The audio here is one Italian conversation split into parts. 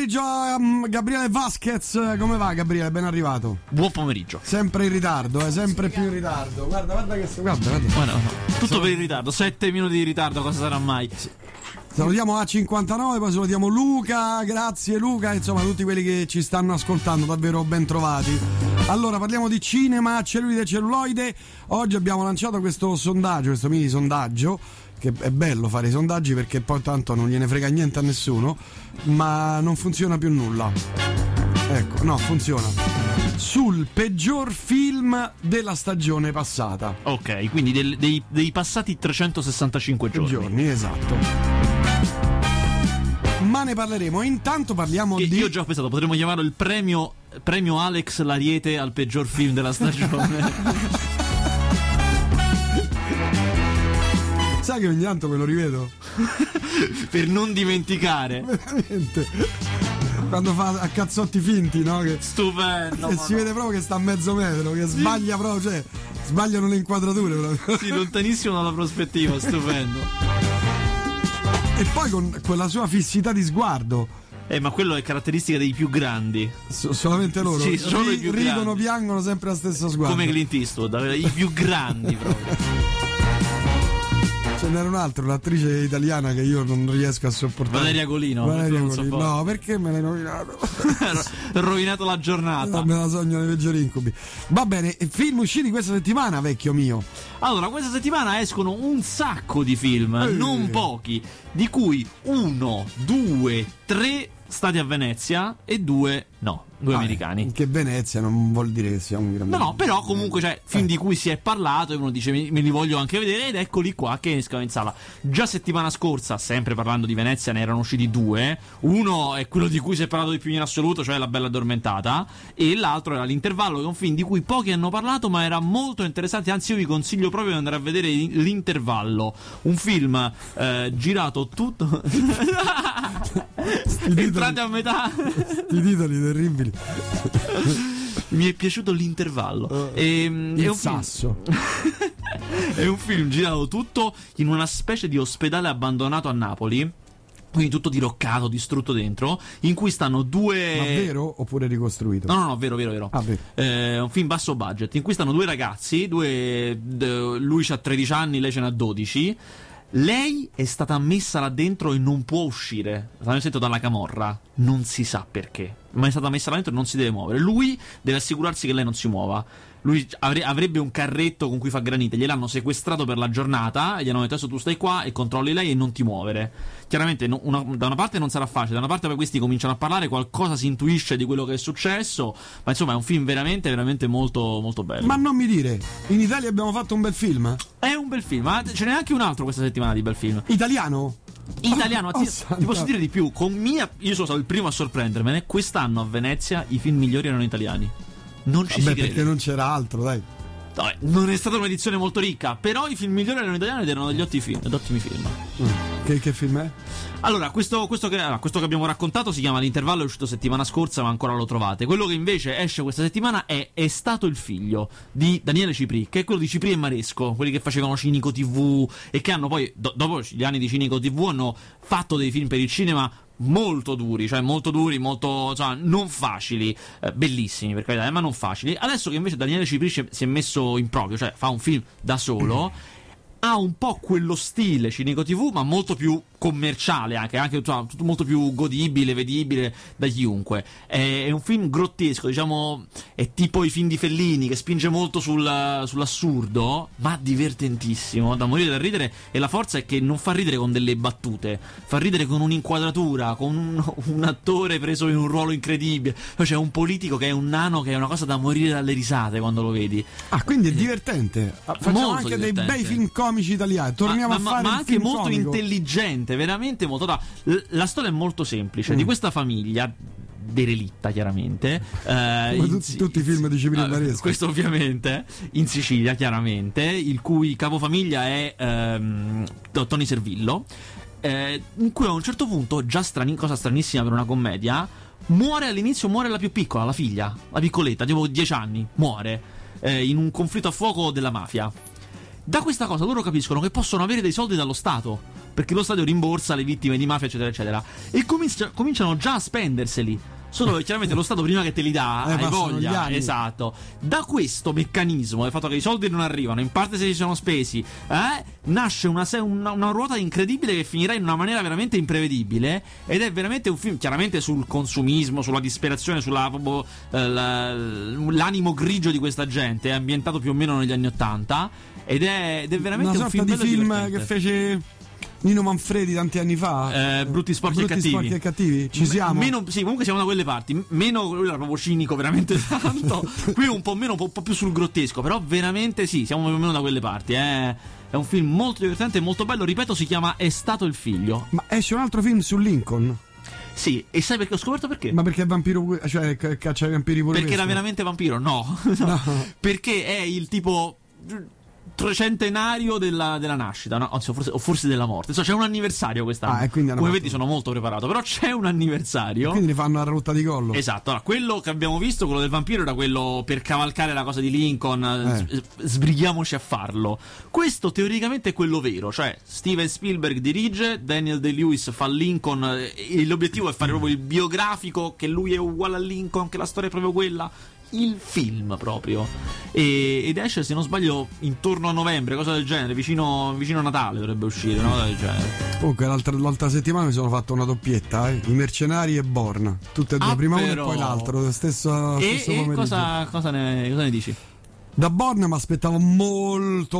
pomeriggio a Gabriele Vasquez. Come va, Gabriele? Ben arrivato. Buon pomeriggio. Sempre in ritardo, sempre più in ritardo. Guarda che guarda. Tutto per il ritardo, 7 minuti di ritardo, cosa sarà mai? Salutiamo A59, poi salutiamo Luca, grazie Luca, insomma tutti quelli che ci stanno ascoltando, davvero ben trovati. Allora parliamo di cinema, cellulite e celluloide. Oggi abbiamo lanciato questo sondaggio, questo mini sondaggio, che è bello fare i sondaggi perché poi tanto non gliene frega niente a nessuno, ma non funziona più nulla. Ecco, no, funziona. Sul peggior film della stagione passata. Ok, quindi dei passati 365 giorni. Esatto. Ma ne parleremo. Intanto parliamo di... Io ho già pensato, potremmo chiamarlo il premio Alex Lariete al peggior film della stagione. Sai che ogni tanto me lo rivedo? Per non dimenticare. Veramente. Quando fa a cazzotti finti, no? Che stupendo. Che si vede proprio che sta a mezzo metro, che sbaglia proprio, cioè sbagliano le inquadrature proprio. Sì, lontanissimo dalla prospettiva, stupendo. E poi con quella sua fissità di sguardo. Ma quello è caratteristica dei più grandi. Solamente loro. Sì, solo i più ridono, grandi. piangono sempre la stessa sguardo. Come Clint Eastwood, i più grandi proprio. Ce n'era un altro, un'attrice italiana che io non riesco a sopportare. Valeria Golino. No, perché me l'hai rovinato? Rovinato la giornata. Me la sogno nei peggiori incubi. Va bene, film usciti questa settimana, vecchio mio. Allora, questa settimana escono un sacco di film, non pochi, di cui 1, 2, 3 stati a Venezia e 2 no, 2 americani. Che Venezia non vuol dire che sia un grande... No, però comunque c'è film di cui si è parlato e uno dice me li voglio anche vedere, ed eccoli qua che escono in sala. Già settimana scorsa, sempre parlando di Venezia, ne erano usciti 2. Uno è quello di cui si è parlato di più in assoluto, cioè La Bella Addormentata, e l'altro era L'Intervallo, che è un film di cui pochi hanno parlato ma era molto interessante. Anzi, io vi consiglio proprio di andare a vedere L'Intervallo, un film girato tutto entrate a metà. I titoli terribili. Mi è piaciuto L'Intervallo. È un sasso. È un film girato tutto in una specie di ospedale abbandonato a Napoli, quindi tutto diroccato, distrutto dentro, in cui stanno due... Ma vero oppure ricostruito? No, vero. È un film basso budget, in cui stanno due ragazzi, lui ha 13 anni, lei ce n'ha 12. Lei è stata messa là dentro e non può uscire. L'hanno sentito dalla camorra, non si sa perché, ma è stata messa là dentro e non si deve muovere. Lui deve assicurarsi che lei non si muova. Lui avrebbe un carretto con cui fa granite, gliel'hanno sequestrato per la giornata e gli hanno detto adesso tu stai qua e controlli lei e non ti muovere. Chiaramente da una parte non sarà facile, da una parte poi questi cominciano a parlare, qualcosa si intuisce di quello che è successo, ma insomma è un film veramente molto molto bello. Ma non mi dire, in Italia abbiamo fatto un bel film? È un bel film, ma ce n'è anche un altro questa settimana di bel film. Italiano? Italiano, ti posso dire di più, io sono stato il primo a sorprendermene. Quest'anno a Venezia i film migliori erano italiani. Non ci si crede. Perché non c'era altro, dai. Vabbè, non è stata un'edizione molto ricca, però i film migliori erano italiani ed erano degli ottimi film. Che film è? Allora, questo che abbiamo raccontato si chiama L'Intervallo, è uscito settimana scorsa, ma ancora lo trovate. Quello che invece esce questa settimana è Stato il figlio di Daniele Cipri, che è quello di Cipri e Maresco, quelli che facevano Cinico TV e che hanno poi, dopo gli anni di Cinico TV, hanno fatto dei film per il cinema molto duri, molto, cioè, non facili, bellissimi per carità, ma non facili. Adesso che invece Daniele Cipri si è messo in proprio, cioè fa un film da solo, ha un po' quello stile Cinico TV, ma molto più commerciale, anche tutto molto più godibile, vedibile da chiunque. È un film grottesco, diciamo, è tipo i film di Fellini, che spinge molto sull'assurdo, ma divertentissimo, da morire da ridere. E la forza è che non fa ridere con delle battute, fa ridere con un'inquadratura, con un attore preso in un ruolo incredibile. Poi c'è un politico che è un nano, che è una cosa da morire dalle risate quando lo vedi. Ah, quindi è divertente. Facciamo molto anche divertente. Dei bei film comici italiani. Torniamo a fare ma un anche film molto comico. Intelligente, veramente molto. La storia è molto semplice, di questa famiglia derelitta, chiaramente, tutti i film di Cipri e Maresco, questo ovviamente in Sicilia, chiaramente, il cui capofamiglia è Tony Servillo, in cui a un certo punto, cosa stranissima per una commedia, all'inizio muore la più piccola, la figlia, la piccoletta, tipo 10 anni, muore in un conflitto a fuoco della mafia. Da questa cosa loro capiscono che possono avere dei soldi dallo Stato, perché lo Stato rimborsa le vittime di mafia, eccetera, eccetera. E cominciano già a spenderseli. Solo che chiaramente lo Stato prima che te li dà hai voglia. Esatto. Da questo meccanismo, del fatto che i soldi non arrivano, in parte se li sono spesi, nasce una ruota incredibile che finirà in una maniera veramente imprevedibile. Ed è veramente un film chiaramente sul consumismo, sulla disperazione, l'animo grigio di questa gente. È ambientato più o meno negli anni '80. Ed è veramente una un sorta film di film divertente. che fece Nino Manfredi tanti anni fa. Brutti, sporchi e cattivi. Ci siamo. Sì, comunque siamo da quelle parti. Meno, lui era proprio cinico veramente tanto. Qui un po' meno, un po' più sul grottesco. Però veramente sì, siamo più o meno da quelle parti. È un film molto divertente e molto bello. Ripeto, si chiama È stato il figlio. Ma esce un altro film su Lincoln? Sì, e sai perché ho scoperto perché? Ma perché è vampiro, cioè caccia i vampiri pure Perché questo? era veramente vampiro? No. Perché è il tipo trecentenario della nascita, no? Anzi, o forse della morte. C'è un anniversario quest'anno. E quindi come vedi sono molto preparato. Però c'è un anniversario. Quindi ne fanno la rotta di collo. Esatto. Allora, quello che abbiamo visto, quello del vampiro, era quello per cavalcare la cosa di Lincoln. Sbrighiamoci a farlo. Questo teoricamente è quello vero. Cioè Steven Spielberg dirige, Daniel Day-Lewis fa Lincoln, e l'obiettivo è fare proprio il biografico, che lui è uguale a Lincoln, che la storia è proprio quella. Il film proprio. Ed esce, se non sbaglio, intorno a novembre, cosa del genere, vicino a Natale dovrebbe uscire, no? Del genere. Comunque l'altra settimana mi sono fatto una doppietta, I Mercenari e Born, tutte e due, prima uno e poi l'altro, lo stesso e cosa ne dici? Da Born mi aspettavo molto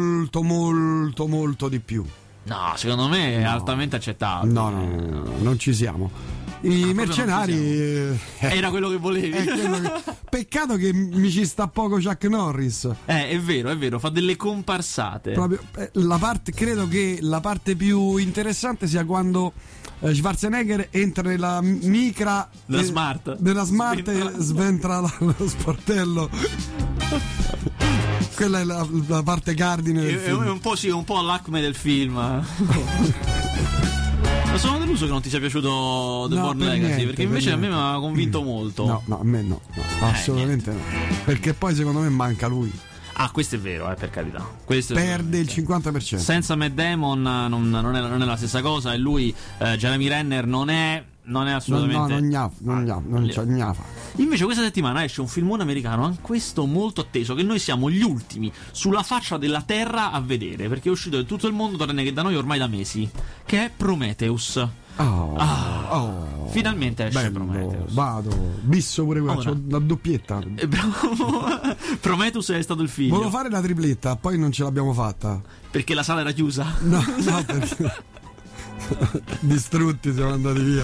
di più. No, secondo me è altamente accettabile. No, non ci siamo. I Mercenari era quello che volevi. Peccato che mi ci sta poco Chuck Norris. È vero, fa delle comparsate. Proprio, credo che la parte più interessante sia quando Schwarzenegger entra nella micra della Smart e sventra lo sportello. Quella è la parte cardine del film. È un po' l'acme del film. Ma sono deluso che non ti sia piaciuto The Born Legacy, perché invece a me mi aveva convinto molto. No, a me no, assolutamente no. Perché poi secondo me manca lui. Ah, questo è vero, per carità. Perde il 50%. Senza Matt Damon non è la stessa cosa, e lui, Jeremy Renner, non è assolutamente. Non c'ha gnafa. Invece questa settimana esce un filmone americano, anche questo molto atteso, che noi siamo gli ultimi sulla faccia della terra a vedere, perché è uscito in tutto il mondo tranne che da noi ormai da mesi, che è Prometheus. Finalmente esce bello, Prometheus. Vado, bisso pure qua, c'ho la doppietta. Prometheus è stato il figlio. Volevo fare la tripletta, poi non ce l'abbiamo fatta. Perché la sala era chiusa? No, perché distrutti siamo andati via.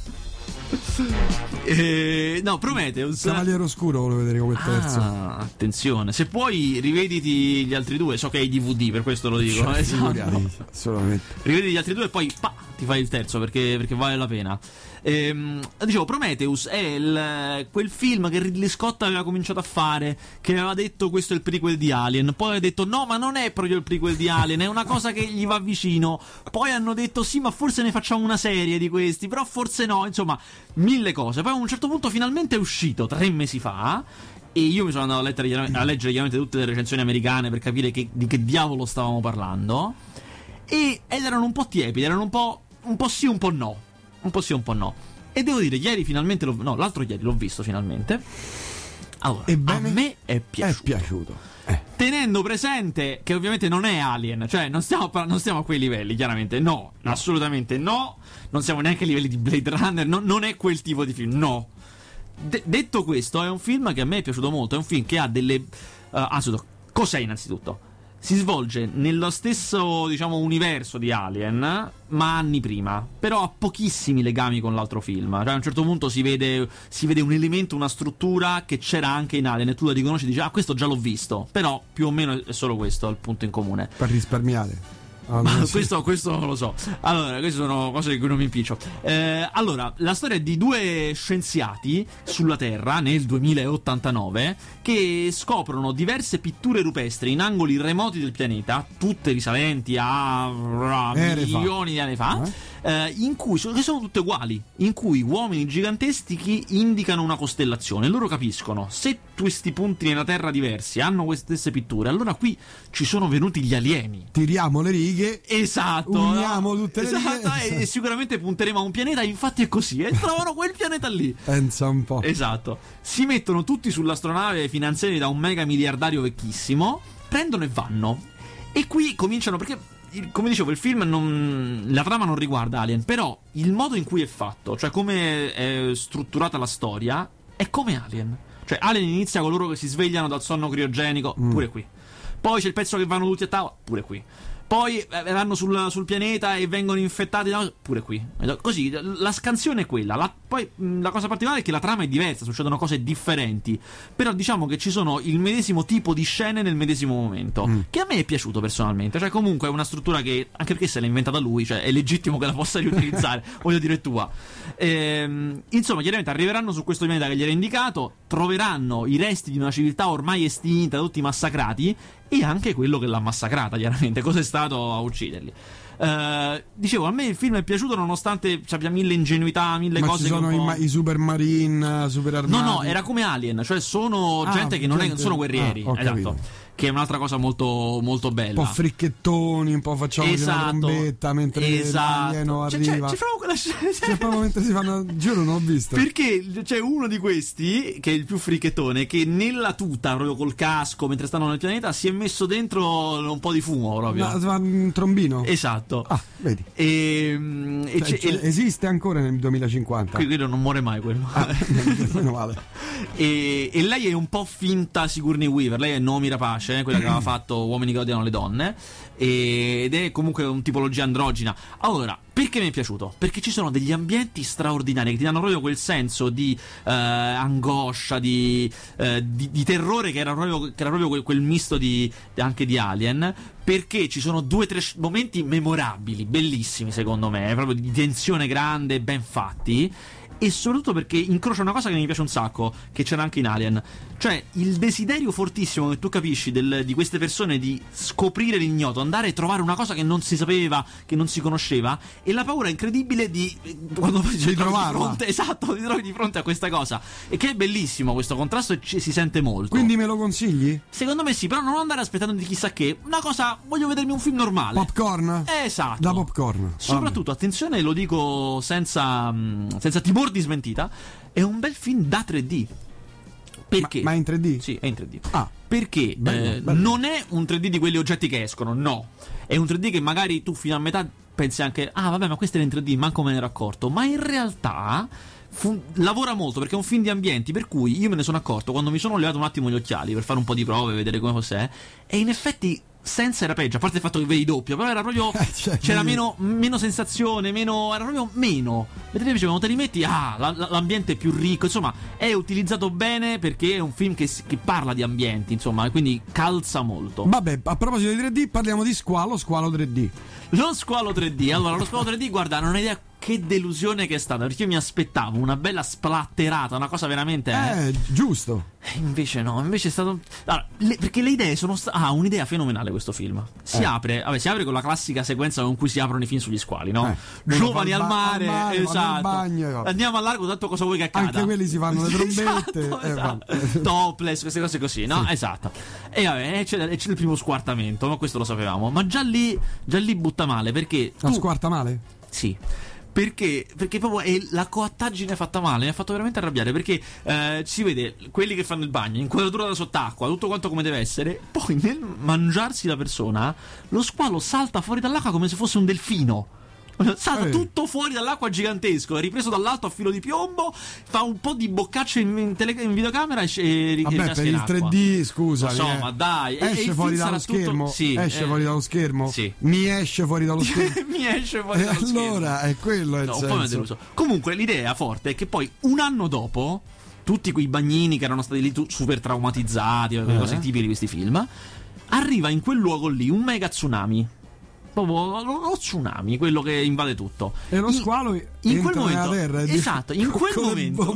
No, Prometheus. Cavaliere Oscuro volevo vedere come terzo. Attenzione, se puoi rivediti gli altri due. So che hai DVD, per questo lo dico. Assolutamente. Rivedi gli altri due e poi ti fai il terzo, perché vale la pena. Dicevo, Prometheus è quel film che Ridley Scott aveva cominciato a fare, che aveva detto questo è il prequel di Alien, poi ha detto no, ma non è proprio il prequel di Alien, è una cosa che gli va vicino, poi hanno detto sì, ma forse ne facciamo una serie di questi, però forse no, insomma mille cose. Poi a un certo punto finalmente è uscito 3 mesi fa, e io mi sono andato a leggere chiaramente tutte le recensioni americane per capire di che diavolo stavamo parlando, ed erano un po' tiepide, erano un po' sì, un po' no. Un po' sì, un po' no. E devo dire, ieri finalmente l'altro ieri l'ho visto finalmente. Allora, ebbene, a me è piaciuto. Tenendo presente che ovviamente non è Alien, cioè non stiamo a quei livelli, chiaramente. No, assolutamente no. Non siamo neanche ai livelli di Blade Runner, non è quel tipo di film, no. Detto questo, è un film che a me è piaciuto molto. È un film che ha delle... anzitutto, cos'è innanzitutto? Si svolge nello stesso, diciamo, universo di Alien, ma anni prima. Però ha pochissimi legami con l'altro film. Cioè, a un certo punto si vede un elemento, una struttura che c'era anche in Alien, e tu la riconosci e dici questo già l'ho visto. Però più o meno è solo questo il punto in comune. Per risparmiare. Questo non lo so. Allora, queste sono cose di cui non mi impiccio. Allora, la storia è di 2 scienziati sulla Terra nel 2089 che scoprono diverse pitture rupestri in angoli remoti del pianeta, tutte risalenti a milioni di anni fa. in cui che sono tutte uguali, in cui uomini giganteschi indicano una costellazione. Loro capiscono, se questi punti nella Terra diversi hanno queste stesse pitture, allora qui ci sono venuti gli alieni. Tiriamo le righe, esatto, uniamo tutte le righe e sicuramente punteremo a un pianeta, infatti è così, e trovano quel pianeta lì. Pensa un po'. Esatto. Si mettono tutti sull'astronave finanziati da un mega miliardario vecchissimo, prendono e vanno. E qui cominciano, perché come dicevo, il film la trama non riguarda Alien, però il modo in cui è fatto, cioè come è strutturata la storia, è come Alien. Cioè Alien inizia con loro che si svegliano dal sonno criogenico, pure qui. Poi c'è il pezzo che vanno tutti a tavola, pure qui. Poi vanno sul pianeta e vengono infettati, no? Pure qui. Così, la scansione è quella. Poi la cosa particolare è che la trama è diversa, succedono cose differenti. Però diciamo che ci sono il medesimo tipo di scene nel medesimo momento. Che a me è piaciuto personalmente. Cioè, comunque è una struttura che, anche perché se l'ha inventata lui, cioè è legittimo che la possa riutilizzare. Voglio dire, è tua. Insomma, chiaramente arriveranno su questo pianeta che gli era indicato, troveranno i resti di una civiltà ormai estinta, tutti massacrati, e anche quello che l'ha massacrata, chiaramente. Cosa è stato a ucciderli? Dicevo, a me il film è piaciuto nonostante abbia mille ingenuità, mille ma cose. Ci sono i super marine, super armati. No, era come Alien, cioè sono gente che non sono guerrieri. Esatto. Che è un'altra cosa molto, molto bella. Un po' fricchettoni, un po' facciamo una trombetta mentre l'alieno arriva. C'è proprio quella scena. C'è proprio mentre si fanno. Giuro, non l'ho visto. Perché c'è uno di questi, che è il più fricchettone, che nella tuta, proprio col casco, mentre stanno nel pianeta, si è messo dentro un po' di fumo proprio. Un trombino. Esatto. Ah, vedi. Esiste ancora nel 2050. Quello non muore mai, quello. Meno male. E lei è un po' finta Sigourney Weaver. Lei è Noomi Rapace, quella che aveva fatto Uomini che odiano le donne, ed è comunque un tipologia androgina. Allora, perché mi è piaciuto? Perché ci sono degli ambienti straordinari che ti danno proprio quel senso di angoscia, di terrore che era proprio quel misto anche di Alien. Perché ci sono 2 o 3 momenti memorabili, bellissimi secondo me, proprio di tensione grande, ben fatti. E soprattutto perché incrocia una cosa che mi piace un sacco, che c'era anche in Alien, cioè il desiderio fortissimo che tu capisci di queste persone di scoprire l'ignoto, andare a trovare una cosa che non si sapeva, che non si conosceva, e la paura incredibile quando poi ti trovi di fronte, esatto, ti trovi di fronte a questa cosa, e che è bellissimo questo contrasto, e si sente molto. Quindi me lo consigli? Secondo me sì, però non andare aspettando di chissà che, una cosa, voglio vedermi un film normale. Popcorn? Esatto. Da popcorn. Soprattutto, attenzione, lo dico senza timore di smentita, è un bel film da 3D. Perché? Ma è in 3D? Sì, è in 3D. Perché bello. Non è un 3D di quegli oggetti che escono, no. È un 3D che magari tu fino a metà pensi anche, vabbè, ma questo era in 3D, manco me ne ero accorto. Ma in realtà lavora molto, perché è un film di ambienti, per cui io me ne sono accorto quando mi sono levato un attimo gli occhiali per fare un po' di prove, vedere come fosse, e in effetti senza era peggio, a parte il fatto che vedi doppio, però era proprio c'era meno sensazione, era proprio meno. Mentre invece quando te li metti, l'ambiente è più ricco, insomma, è utilizzato bene perché è un film che parla di ambienti, insomma, quindi calza molto. Vabbè, a proposito di 3D, parliamo di squalo 3D. Lo squalo 3D, allora, lo squalo 3D, guarda, non hai idea che delusione che è stata, perché io mi aspettavo una bella splatterata, una cosa veramente giusto. Invece no, invece è stato perché le idee sono un'idea fenomenale questo film. Si apre con la classica sequenza con cui si aprono i film sugli squali, no? Giovani al mare, esatto. Bagno, andiamo al largo, tanto cosa vuoi che accada? Anche quelli si fanno le trombette, esatto. Topless, queste cose così, no? Sì. Esatto. E vabbè, c'è il primo squartamento, ma questo lo sapevamo. Ma già lì butta male, perché la squarta male? Sì. Perché proprio è la coattaggine fatta male, mi ha fatto veramente arrabbiare, perché si vede quelli che fanno il bagno, inquadratura da sott'acqua, tutto quanto come deve essere, poi nel mangiarsi la persona, lo squalo salta fuori dall'acqua come se fosse un delfino. Salta tutto fuori dall'acqua gigantesco, è ripreso dall'alto a filo di piombo, fa un po' di boccacce in videocamera e vabbè, per il 3D, scusa, insomma, dai, esce fuori dallo schermo? Sì, esce fuori dallo schermo? Sì. Mi esce fuori dallo schermo? Mi esce fuori dallo schermo. Allora, è quello il senso. Un po' mi ha deluso. Comunque l'idea forte è che poi un anno dopo tutti quei bagnini che erano stati lì super traumatizzati, quelle cose tipiche di questi film, arriva in quel luogo lì un mega tsunami. Proprio lo tsunami, quello che invade tutto. E lo squalo in quel momento, nella terra, esatto, in quel momento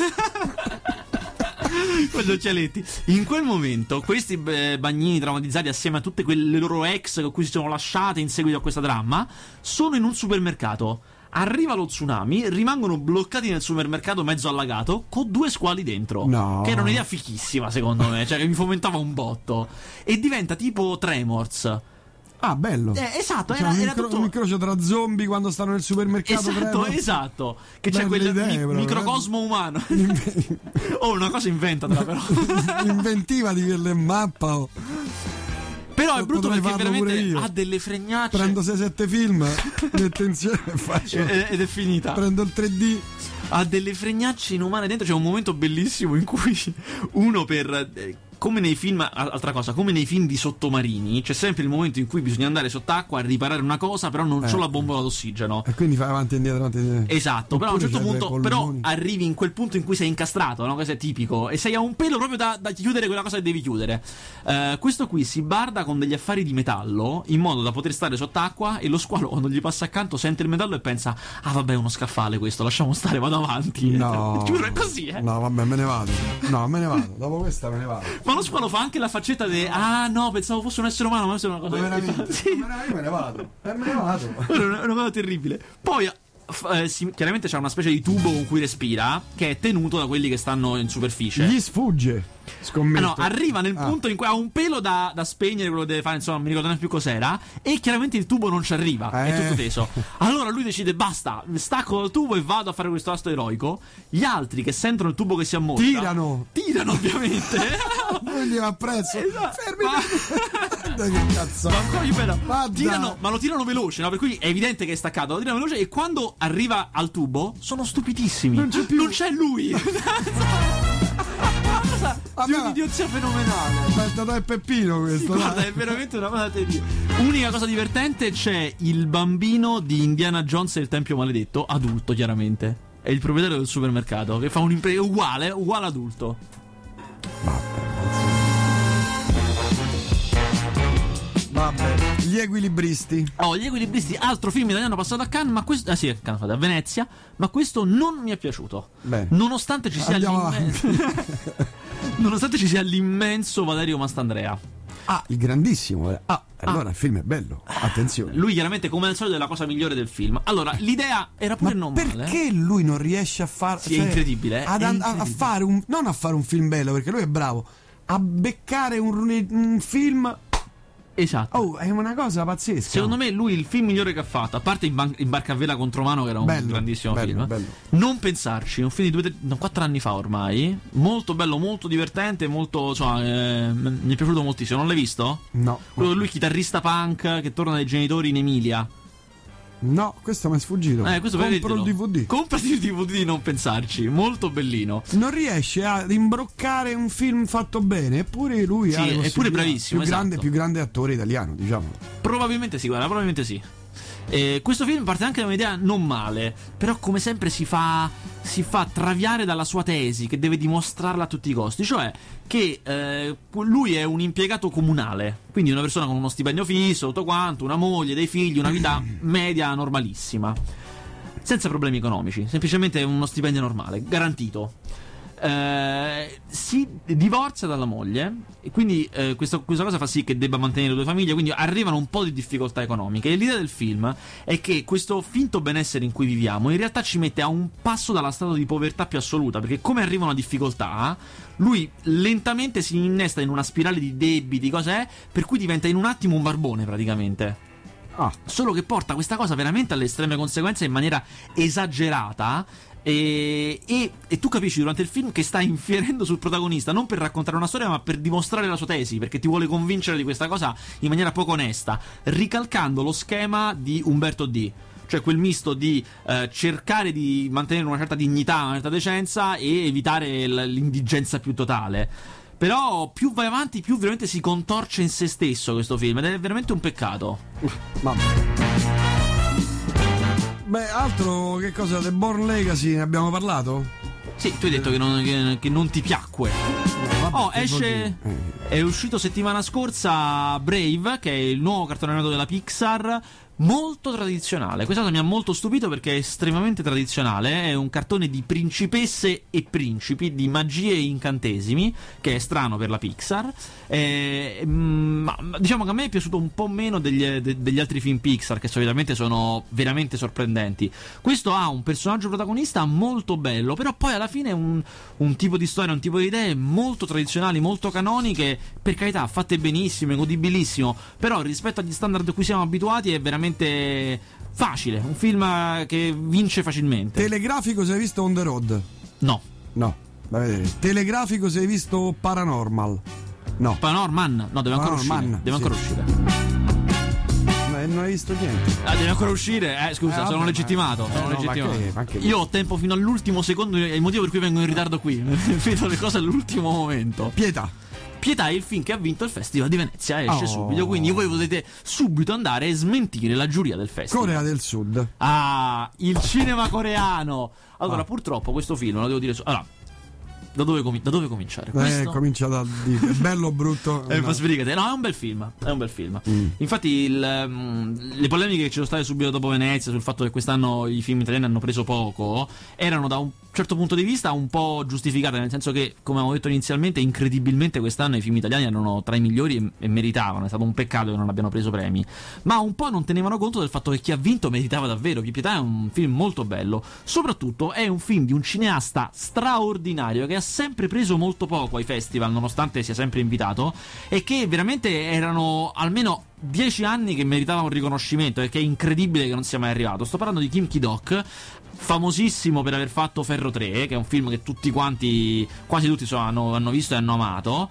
quello occhialetti. In quel momento questi bagnini traumatizzati, assieme a tutte quelle loro ex con cui si sono lasciate in seguito a questa dramma, sono in un supermercato arriva lo tsunami, rimangono bloccati nel supermercato mezzo allagato con 2 squali dentro. No. Che era un'idea fichissima secondo me, cioè che mi fomentava un botto. E diventa tipo Tremors. Ah, bello. Esatto, Cioè, era tutto... un incrocio tra zombie quando stanno nel supermercato. Esatto. Che c'è Belle quel idee, però, microcosmo umano. Una cosa inventatela però. Inventiva di quelle mappa. Però è brutto perché veramente ha delle fregnacce. Prendo 6-7 film, metto insieme e faccio. Ed è finita. Prendo il 3D. Ha delle fregnacce inumane dentro. C'è un momento bellissimo in cui uno come nei film, altra cosa, come nei film di sottomarini, c'è sempre il momento in cui bisogna andare sott'acqua a riparare una cosa, però non c'ho la bombola d'ossigeno. E quindi fai avanti e indietro, Esatto, però a un certo punto però arrivi in quel punto in cui sei incastrato, no? Questo è tipico, e sei a un pelo proprio da chiudere quella cosa che devi chiudere. Questo qui si barda con degli affari di metallo in modo da poter stare sott'acqua, e lo squalo quando gli passa accanto sente il metallo e pensa: ah vabbè, uno scaffale questo, lasciamo stare, vado avanti. No, giuro, è così, No, vabbè, me ne vado. No, me ne vado. Dopo questa me ne vado. Ma lo squalo fa anche la faccetta di ah no, pensavo fosse un essere umano, ma è una cosa. Ma veramente? Sì. Io me ne vado. Me ne vado. È una cosa terribile. Poi chiaramente c'è una specie di tubo con cui respira, che è tenuto da quelli che stanno in superficie. Gli sfugge. Scommetto. No, arriva nel punto in cui ha un pelo da spegnere, quello deve fare, insomma, non mi ricordo neanche più cos'era. E chiaramente il tubo non ci arriva, è tutto teso. Allora lui decide: basta, stacco dal tubo e vado a fare questo asto eroico. Gli altri che sentono il tubo che si ammostra tirano ovviamente. Non gli va appresso. Esatto. Fermi. Che cazzo. Ma ancora più bello. Tirano, ma lo tirano veloce, no? Per cui è evidente che è staccato. Lo tirano veloce e quando arriva al tubo sono stupidissimi. Non c'è più. Non c'è lui. Di un'idiozia fenomenale. Aspetta, è Peppino questo. Guarda, è veramente una cosa terribile. Unica cosa divertente: c'è il bambino di Indiana Jones e il Tempio Maledetto, adulto chiaramente. È il proprietario del supermercato che fa un'impresa uguale adulto. Vabbè. Gli equilibristi. Gli equilibristi, altro film italiano passato a Cannes, ma questo a Venezia, ma questo non mi è piaciuto. Beh. Nonostante ci sia nonostante ci sia l'immenso Valerio Mastandrea. Il grandissimo. Allora il film è bello. Attenzione. Lui chiaramente, come al solito, è la cosa migliore del film. Allora, l'idea era pure non male. Perché lui non riesce a fare è incredibile, a fare non a fare un film bello, perché lui è bravo, a beccare un film. Esatto. È una cosa pazzesca. Secondo me lui il film migliore che ha fatto, a parte in Barca a Vela contro Mano, che era un grandissimo film. Bello. Non pensarci, un film di 4 anni fa ormai. Molto bello, molto divertente, molto, insomma, mi è piaciuto moltissimo. Non l'hai visto? No. Quello di lui, chitarrista punk che torna dai genitori in Emilia. No, questo mi è sfuggito. Compro il DVD. Comprati il DVD di Non pensarci, molto bellino. Non riesce a imbroccare un film fatto bene, eppure lui è pure bravissimo, più grande attore italiano, diciamo. Probabilmente sì, guarda, probabilmente sì. Questo film parte anche da un'idea non male, però come sempre si fa traviare dalla sua tesi, che deve dimostrarla a tutti i costi, cioè che lui è un impiegato comunale, quindi una persona con uno stipendio fisso, tutto quanto, una moglie, dei figli, una vita media normalissima, senza problemi economici, semplicemente uno stipendio normale, garantito. Si divorzia dalla moglie e quindi questa cosa fa sì che debba mantenere 2 famiglie, quindi arrivano un po' di difficoltà economiche. E l'idea del film è che questo finto benessere in cui viviamo in realtà ci mette a un passo dalla stato di povertà più assoluta, perché come arriva una difficoltà, lui lentamente si innesta in una spirale di debiti, cos'è, per cui diventa in un attimo un barbone praticamente. Solo che porta questa cosa veramente alle estreme conseguenze in maniera esagerata. E tu capisci durante il film che sta infierendo sul protagonista, non per raccontare una storia ma per dimostrare la sua tesi, perché ti vuole convincere di questa cosa in maniera poco onesta, ricalcando lo schema di Umberto D, cioè quel misto di cercare di mantenere una certa dignità, una certa decenza e evitare l'indigenza più totale. Però più vai avanti, più veramente si contorce in se stesso questo film, ed è veramente un peccato. Beh, altro, che cosa? The Bourne Legacy, ne abbiamo parlato? Sì, tu hai detto che non ti piacque. Vabbè, È uscito settimana scorsa Brave, che è il nuovo cartone animato della Pixar, molto tradizionale. Questa cosa mi ha molto stupito perché è estremamente tradizionale. È un cartone di principesse e principi, di magie e incantesimi, che è strano per la Pixar. Ma diciamo che a me è piaciuto un po' meno degli altri film Pixar, che solitamente sono veramente sorprendenti. Questo ha un personaggio protagonista molto bello, però poi alla fine è un tipo di storia, un tipo di idee molto tradizionali, molto canoniche, per carità, fatte benissimo, è godibilissimo, però rispetto agli standard a cui siamo abituati è veramente facile, un film che vince facilmente. Telegrafico, se hai visto On the Road? No, da vedere. Telegrafico, se hai visto Paranormal? No. Paranorman? No, deve ancora uscire. Non hai visto niente. Deve ancora uscire? Scusa, sono legittimato. Ma che io ho tempo fino all'ultimo secondo, è il motivo per cui vengo in ritardo qui. Vedo le cose all'ultimo momento. Pietà è il film che ha vinto il Festival di Venezia, esce subito, quindi voi potete subito andare e smentire la giuria del festival. Corea del Sud. Il cinema coreano. Allora, purtroppo questo film, lo devo dire. Allora, da dove cominciare? Comincia da bello o brutto. Sbrigate. No, è un bel film. Infatti le polemiche che ci sono state subito dopo Venezia sul fatto che quest'anno i film italiani hanno preso poco erano da un certo punto di vista un po' giustificate, nel senso che, come avevo detto inizialmente, incredibilmente quest'anno i film italiani erano tra i migliori e meritavano. È stato un peccato che non abbiano preso premi, ma un po' non tenevano conto del fatto che chi ha vinto meritava davvero. Pietà è un film molto bello, soprattutto è un film di un cineasta straordinario che ha sempre preso molto poco ai festival, nonostante sia sempre invitato, e che veramente erano almeno 10 anni che meritava un riconoscimento, e che è incredibile che non sia mai arrivato. Sto parlando di Kim Ki-dok, famosissimo per aver fatto Ferro 3, che è un film che tutti quanti, quasi tutti hanno visto e hanno amato,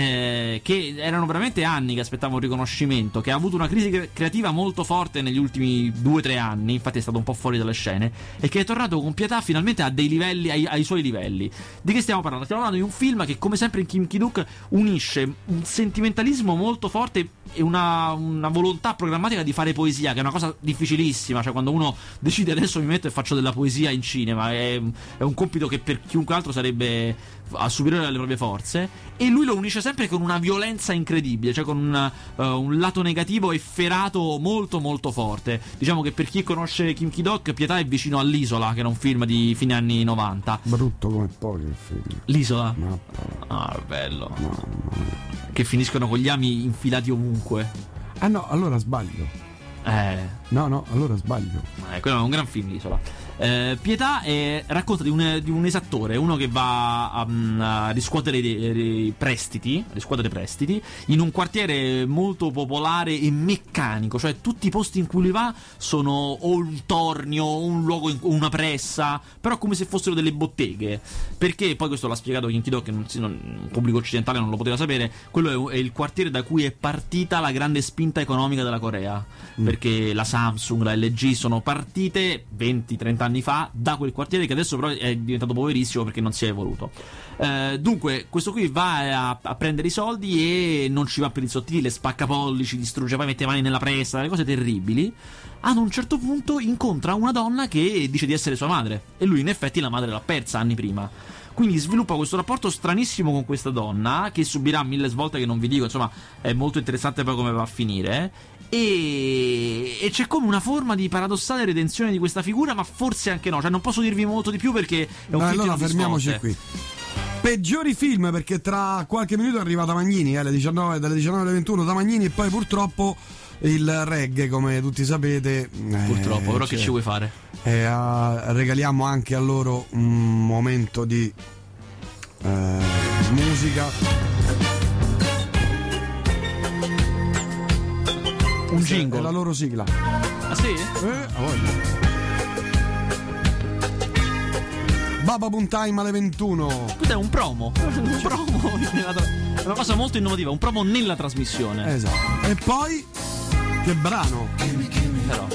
che erano veramente anni che aspettava un riconoscimento, che ha avuto una crisi creativa molto forte negli ultimi 2-3 anni, infatti è stato un po' fuori dalle scene, e che è tornato con Pietà finalmente a dei livelli, ai suoi livelli. Di che stiamo parlando? Stiamo parlando di un film che, come sempre in Kim Ki-duk, unisce un sentimentalismo molto forte e una volontà programmatica di fare poesia, che è una cosa difficilissima. Cioè, quando uno decide adesso mi metto e faccio della poesia in cinema, è un compito che per chiunque altro sarebbe a superiore alle proprie forze, e lui lo unisce sempre con una violenza incredibile, cioè con un lato negativo efferato molto molto forte. Diciamo che per chi conosce Kim Ki-dok, Pietà è vicino all'Isola, che era un film di fine anni 90. Brutto come pochi il film. L'Isola? No. Bello. No. Che finiscono con gli ami infilati ovunque. No, allora sbaglio. No, allora sbaglio. Quello è un gran film, l'Isola. Pietà racconta di un esattore, uno che va a riscuotere prestiti in un quartiere molto popolare e meccanico, cioè tutti i posti in cui lui va sono o un tornio o un luogo, una pressa, però come se fossero delle botteghe, perché poi questo l'ha spiegato Kim Ki-dok, che un pubblico occidentale non lo poteva sapere. Quello è il quartiere da cui è partita la grande spinta economica della Corea, perché la Samsung, la LG sono partite 20-30 anni fa da quel quartiere, che adesso però è diventato poverissimo perché non si è evoluto. Dunque questo qui va a prendere i soldi e non ci va per il sottile, spacca pollici, distrugge, poi mette le mani nella pressa, delle cose terribili. Ad un certo punto incontra una donna che dice di essere sua madre, e lui in effetti la madre l'ha persa anni prima. Quindi sviluppa questo rapporto stranissimo con questa donna, che subirà 1000 svolte che non vi dico, insomma è molto interessante poi come va a finire. E c'è come una forma di paradossale redenzione di questa figura, ma forse anche no, cioè non posso dirvi molto di più perché è un film. Allora fermiamoci qui. Peggiori film, perché tra qualche minuto arriva Tamagnini, dalle 19 alle 21 Tamagnini, e poi purtroppo il reggae, come tutti sapete. Purtroppo, però che ci vuoi fare? Regaliamo anche a loro un momento di musica. Un jingle. È la loro sigla. Ah sì? Baba Boom Time alle 21. Cos'è un promo? Un promo. È una cosa molto innovativa, un promo nella trasmissione. Esatto. E poi che brano. Però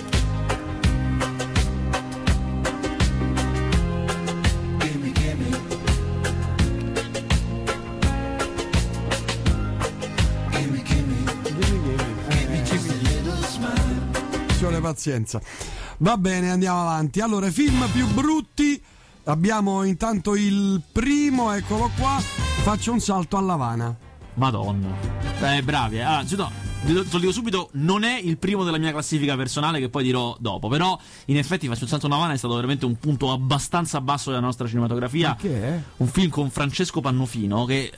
pazienza. Va bene, andiamo avanti. Allora, film più brutti. Abbiamo intanto il primo, eccolo qua. Faccio un salto all'Havana. Madonna. Bravi. Te lo dico subito, non è il primo della mia classifica personale, che poi dirò dopo. Però in effetti Faccio un salto navale è stato veramente un punto abbastanza basso della nostra cinematografia. Perché? Un film con Francesco Pannofino che,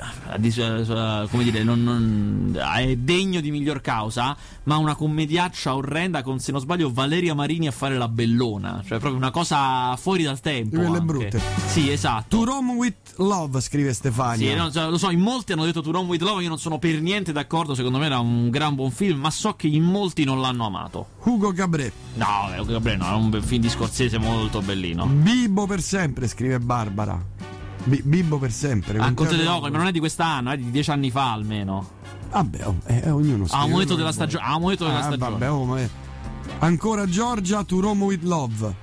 come dire, non è degno di miglior causa, ma una commediaccia orrenda con, se non sbaglio, Valeria Marini a fare la bellona. Cioè proprio una cosa fuori dal tempo. Quelle anche. brutte. Sì, esatto. To Rome with Love, scrive Stefania. Sì, lo so, in molti hanno detto To Rome with Love, io non sono per niente d'accordo, secondo me era un gran buon film, ma so che in molti non l'hanno amato. Hugo Cabret. No, Hugo Cabret no, è un film di Scorsese molto bellino. Bibbo per sempre, scrive Barbara. Bibbo per sempre. Conte de Dogoli, ma non è di quest'anno, è di 10 anni fa almeno. Vabbè, ognuno scrive. A un momento della stagione. Vabbè, ancora Giorgia, To Rome with Love.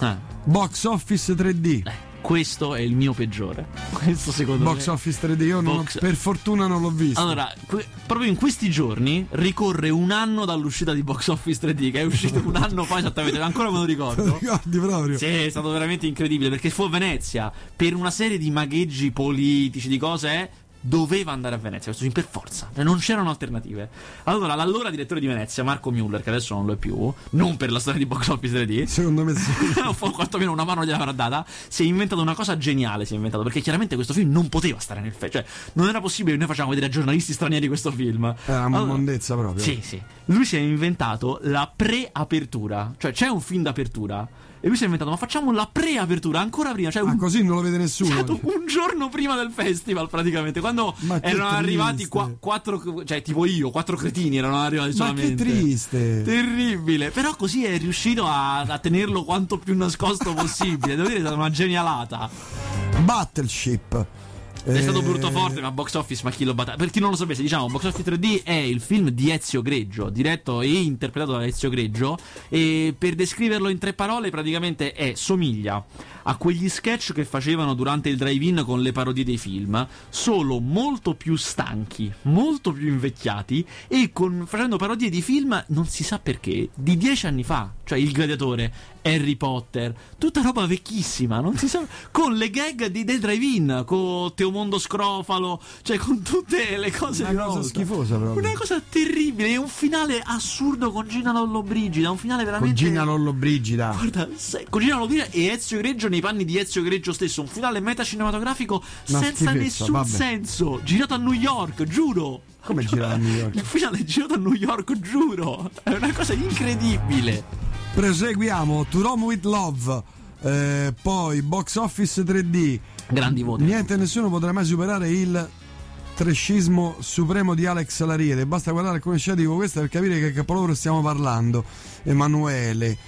Box Office 3D. Questo è il mio peggiore. Questo secondo me. Box Office 3D, io per fortuna non l'ho visto. Allora, proprio in questi giorni ricorre un anno dall'uscita di Box Office 3D, che è uscito un anno fa esattamente, ancora me lo ricordo. Te lo ricordi proprio? Sì, è stato veramente incredibile, perché fu a Venezia per una serie di magheggi politici, di cose, doveva andare a Venezia questo film per forza, non c'erano alternative. Allora l'allora direttore di Venezia, Marco Müller, che adesso non lo è più, non per la storia di Box Office 3D, secondo me sì, quantomeno una mano gliel'avrà data, si è inventato una cosa geniale, perché chiaramente questo film non poteva stare nel cioè non era possibile che noi facciamo vedere a giornalisti stranieri questo film, era una mondezza proprio. Sì, lui si è inventato la pre-apertura, cioè c'è un film d'apertura e lui si è inventato, ma facciamo la pre-apertura ancora prima, cioè così non lo vede nessuno. Un giorno prima del festival, praticamente, quando erano arrivati quattro, cioè tipo io, 4 cretini erano arrivati solamente. Ma che triste, terribile. Però così è riuscito a tenerlo quanto più nascosto possibile. Devo dire, è stata una genialata. Battleship. È stato brutto forte, ma Box Office, ma chi lo batte? Per chi non lo sapesse, diciamo, Box Office 3D è il film di Ezio Greggio, diretto e interpretato da Ezio Greggio, e per descriverlo in 3 parole praticamente somiglia a quegli sketch che facevano durante il drive-in con le parodie dei film, solo molto più stanchi, molto più invecchiati e facendo parodie di film, non si sa perché, di 10 anni fa, cioè Il Gladiatore, Harry Potter, tutta roba vecchissima, non si sa, con le gag del drive-in, con Teomondo Scrofalo, cioè con tutte le cose una cosa schifosa proprio. Una cosa terribile, e un finale assurdo con Gina Lollobrigida, un finale veramente... Con Gina Lollobrigida. Guarda, con Gina Lollobrigida e Ezio Greggio nei panni di Ezio Greggio stesso, un finale metacinematografico senza nessun senso, girato a New York, giuro. Come girato a New York? Il finale è girato a New York, giuro. È una cosa incredibile. Proseguiamo. To Rome with Love, poi Box Office 3D. Grandi voti. Niente e nessuno potrà mai superare il trascismo supremo di Alex Lariete. Basta guardare alcune scene di questo per capire che capolavoro stiamo parlando. Emanuele,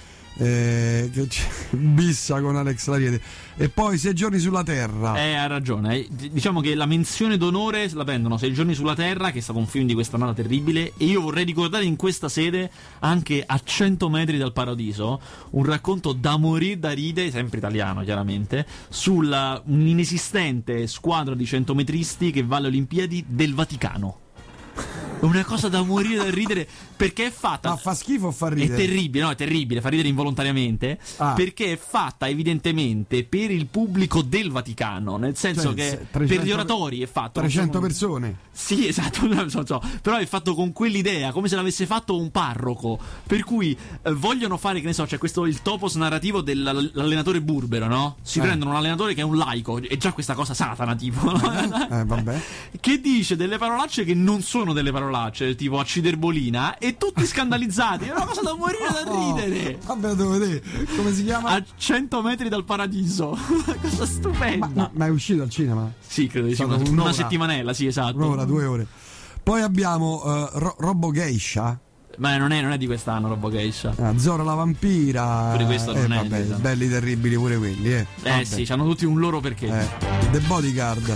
che bissa con Alex Lariete. E poi 6 giorni sulla Terra. Ha ragione. Diciamo che la menzione d'onore la prendono 6 giorni sulla Terra, che è stato un film di quest'annata terribile, e io vorrei ricordare in questa sede anche A 100 metri dal paradiso, un racconto da morire da ride, sempre italiano chiaramente, sulla un'inesistente squadra di centometristi che va alle Olimpiadi del Vaticano. Una cosa da morire da ridere, perché è fatta. Ma fa schifo o fa ridere? È terribile, no, è terribile, fa ridere involontariamente. Perché è fatta evidentemente per il pubblico del Vaticano, nel senso che 300, per gli oratori è fatto 300 persone. Sì, esatto, non so, però è fatto con quell'idea, come se l'avesse fatto un parroco. Per cui vogliono fare, che ne so, c'è questo il topos narrativo dell'allenatore burbero, no? Si prendono un allenatore che è un laico, è già questa cosa satana, tipo. Vabbè. Che dice delle parolacce che non sono delle parolacce, tipo acciderbolina, e tutti scandalizzati. È una cosa da morire da ridere. Vabbè, devo vedere. Come si chiama? A 100 metri dal paradiso. Una cosa stupenda. Ma è uscito al cinema? Sì, credo di sì. Una settimanella, sì, esatto. Un'ora, 2 ore. Poi abbiamo Robo Geisha. Ma non è di quest'anno Robo Geisha. Zora la vampira. Pure questo non è. Vabbè, belli terribili pure quelli, sì, hanno tutti un loro perché. The Bodyguard.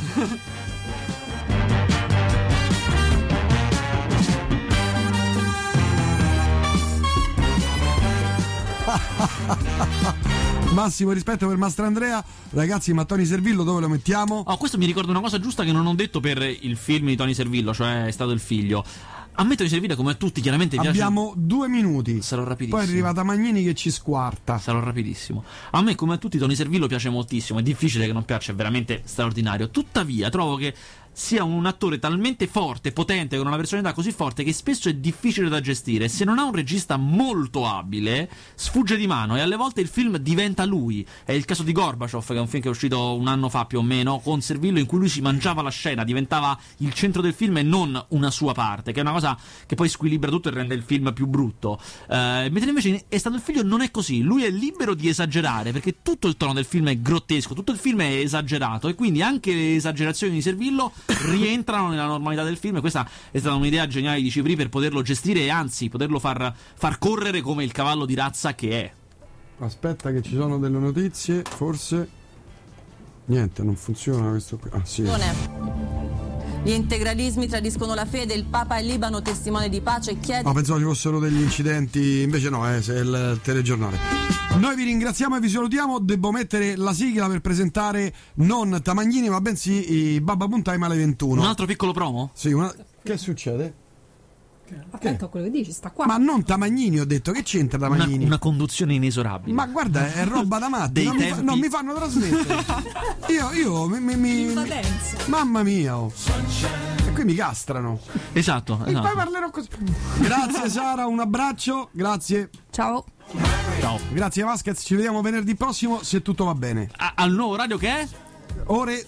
Massimo rispetto per Mastrandrea. Ragazzi, ma Tony Servillo dove lo mettiamo? Questo mi ricorda una cosa giusta che non ho detto per il film di Tony Servillo, cioè È stato il figlio. A me Tony Servillo, come a tutti, chiaramente piace. Abbiamo 2 minuti. Sarò rapidissimo. Poi è arrivata Magnini che ci squarta. Sarò rapidissimo. A me, come a tutti, Tony Servillo piace moltissimo. È difficile che non piaccia, è veramente straordinario. Tuttavia, trovo che sia un attore talmente forte, potente, con una personalità così forte che spesso è difficile da gestire. Se non ha un regista molto abile, sfugge di mano e alle volte il film diventa lui. È il caso di Gorbaciov, che è un film che è uscito un anno fa più o meno, con Servillo, in cui lui si mangiava la scena, diventava il centro del film e non una sua parte, che è una cosa che poi squilibra tutto e rende il film più brutto. Mentre invece È stato il figlio non è così, lui è libero di esagerare, perché tutto il tono del film è grottesco, tutto il film è esagerato e quindi anche le esagerazioni di Servillo rientrano nella normalità del film. E questa è stata un'idea geniale di Cipri per poterlo gestire e anzi poterlo far correre come il cavallo di razza che è. Aspetta che ci sono delle notizie, forse niente, non funziona questo qui. Ah, sì. Gli integralismi tradiscono la fede, il Papa in Libano testimone di pace e chiede... No, pensavo ci fossero degli incidenti, invece no, è il telegiornale. Noi vi ringraziamo e vi salutiamo. Devo mettere la sigla per presentare non Tamagnini ma bensì i Babba Buntime alle 21. Un altro piccolo promo? Sì, che succede? Attento a quello che dici, sta qua. Ma non Tamagnini, ho detto, che c'entra Tamagnini? Una conduzione inesorabile. Ma guarda, è roba da matti, non mi fanno trasmettere. Io mamma mia, oh. E qui mi castrano. Esatto. E poi parlerò così. Grazie Sara, un abbraccio, grazie. Ciao. Grazie Vasquez, ci vediamo venerdì prossimo se tutto va bene. Al nuovo orario che è? Ore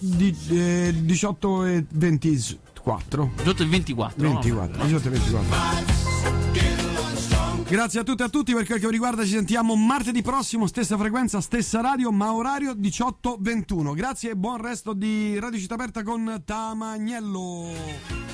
18:24. 18:24. Grazie a tutti e a tutti. Per quel che vi riguarda ci sentiamo martedì prossimo, stessa frequenza, stessa radio, ma orario 18:21. Grazie e buon resto di Radio Città Aperta con Tamagnello.